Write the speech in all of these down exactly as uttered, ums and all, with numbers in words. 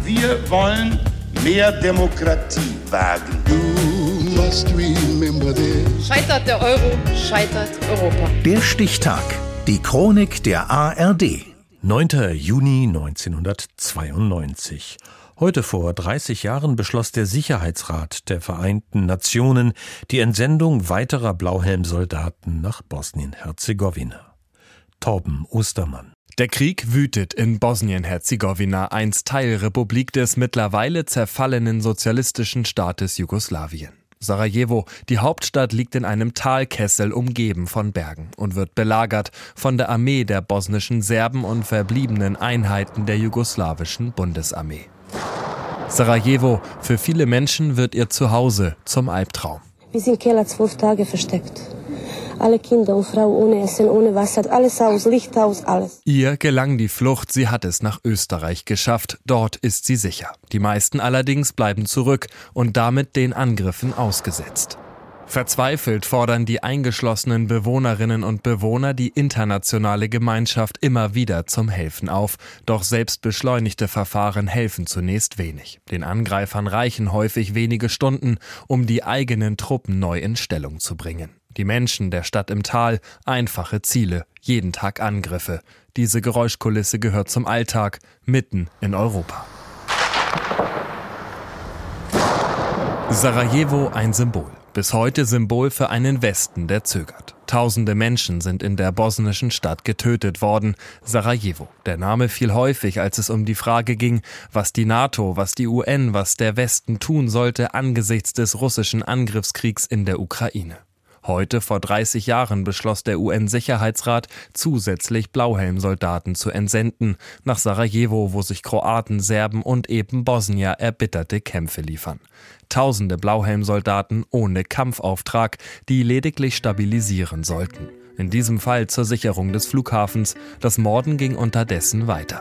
Wir wollen mehr Demokratie wagen. You must remember this. Scheitert der Euro, scheitert Europa. Der Stichtag. Die Chronik der A R D. neunter Juni neunzehnhundertzweiundneunzig. Heute vor dreißig Jahren beschloss der Sicherheitsrat der Vereinten Nationen die Entsendung weiterer Blauhelmsoldaten nach Bosnien-Herzegowina. Torben Ostermann. Der Krieg wütet in Bosnien-Herzegowina, einst Teilrepublik des mittlerweile zerfallenen sozialistischen Staates Jugoslawien. Sarajevo, die Hauptstadt, liegt in einem Talkessel umgeben von Bergen und wird belagert von der Armee der bosnischen Serben und verbliebenen Einheiten der jugoslawischen Bundesarmee. Sarajevo, für viele Menschen wird ihr Zuhause zum Albtraum. Wir sind im Keller zwölf Tage versteckt. Alle Kinder und Frau ohne Essen, ohne Wasser, alles aus, Licht aus, alles. Ihr gelang die Flucht, sie hat es nach Österreich geschafft. Dort ist sie sicher. Die meisten allerdings bleiben zurück und damit den Angriffen ausgesetzt. Verzweifelt fordern die eingeschlossenen Bewohnerinnen und Bewohner die internationale Gemeinschaft immer wieder zum Helfen auf. Doch selbst beschleunigte Verfahren helfen zunächst wenig. Den Angreifern reichen häufig wenige Stunden, um die eigenen Truppen neu in Stellung zu bringen. Die Menschen der Stadt im Tal, einfache Ziele, jeden Tag Angriffe. Diese Geräuschkulisse gehört zum Alltag, mitten in Europa. Sarajevo ein Symbol. Bis heute Symbol für einen Westen, der zögert. Tausende Menschen sind in der bosnischen Stadt getötet worden. Sarajevo. Der Name fiel häufig, als es um die Frage ging, was die NATO, was die U N, was der Westen tun sollte angesichts des russischen Angriffskriegs in der Ukraine. Heute, vor dreißig Jahren, beschloss der U N-Sicherheitsrat, zusätzlich Blauhelmsoldaten zu entsenden, nach Sarajevo, wo sich Kroaten, Serben und eben Bosnier erbitterte Kämpfe liefern. Tausende Blauhelmsoldaten ohne Kampfauftrag, die lediglich stabilisieren sollten. In diesem Fall zur Sicherung des Flughafens. Das Morden ging unterdessen weiter.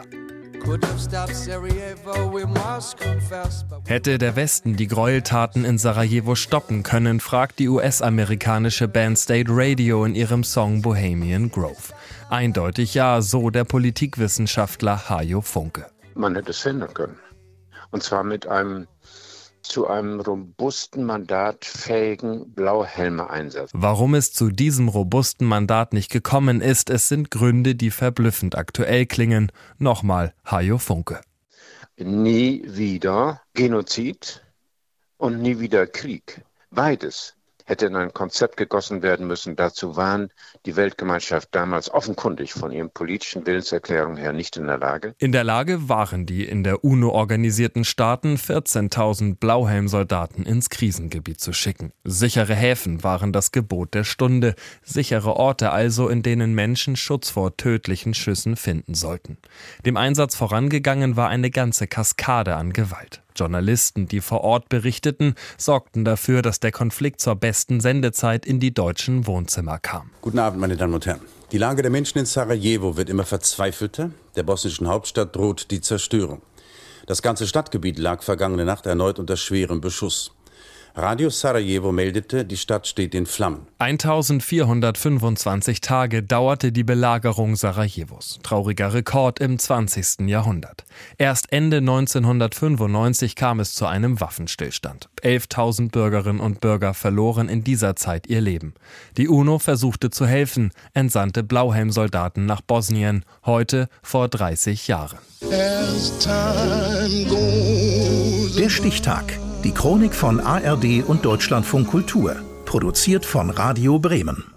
Hätte der Westen die Gräueltaten in Sarajevo stoppen können, fragt die U S-amerikanische Band State Radio in ihrem Song Bohemian Grove. Eindeutig ja, so der Politikwissenschaftler Hajo Funke. Man hätte es verhindern können. Und zwar mit einem zu einem robusten Mandat fähigen Blauhelme-Einsatz. Warum es zu diesem robusten Mandat nicht gekommen ist, es sind Gründe, die verblüffend aktuell klingen. Nochmal Hajo Funke. Nie wieder Genozid und nie wieder Krieg. Beides hätte in ein Konzept gegossen werden müssen. Dazu waren die Weltgemeinschaft damals offenkundig von ihren politischen Willenserklärungen her nicht in der Lage. In der Lage waren die in der UNO organisierten Staaten, vierzehntausend Blauhelmsoldaten ins Krisengebiet zu schicken. Sichere Häfen waren das Gebot der Stunde, sichere Orte also, in denen Menschen Schutz vor tödlichen Schüssen finden sollten. Dem Einsatz vorangegangen war eine ganze Kaskade an Gewalt. Journalisten, die vor Ort berichteten, sorgten dafür, dass der Konflikt zur besten Sendezeit in die deutschen Wohnzimmer kam. Guten Abend, meine Damen und Herren. Die Lage der Menschen in Sarajevo wird immer verzweifelter. Der bosnischen Hauptstadt droht die Zerstörung. Das ganze Stadtgebiet lag vergangene Nacht erneut unter schwerem Beschuss. Radio Sarajevo meldete, die Stadt steht in Flammen. eintausendvierhundertfünfundzwanzig Tage dauerte die Belagerung Sarajevos. Trauriger Rekord im zwanzigsten Jahrhundert. Erst Ende neunzehnhundertfünfundneunzig kam es zu einem Waffenstillstand. elftausend Bürgerinnen und Bürger verloren in dieser Zeit ihr Leben. Die UNO versuchte zu helfen, entsandte Blauhelmsoldaten nach Bosnien, heute vor dreißig Jahren. Der Stichtag. Die Chronik von A R D und Deutschlandfunk Kultur. Produziert von Radio Bremen.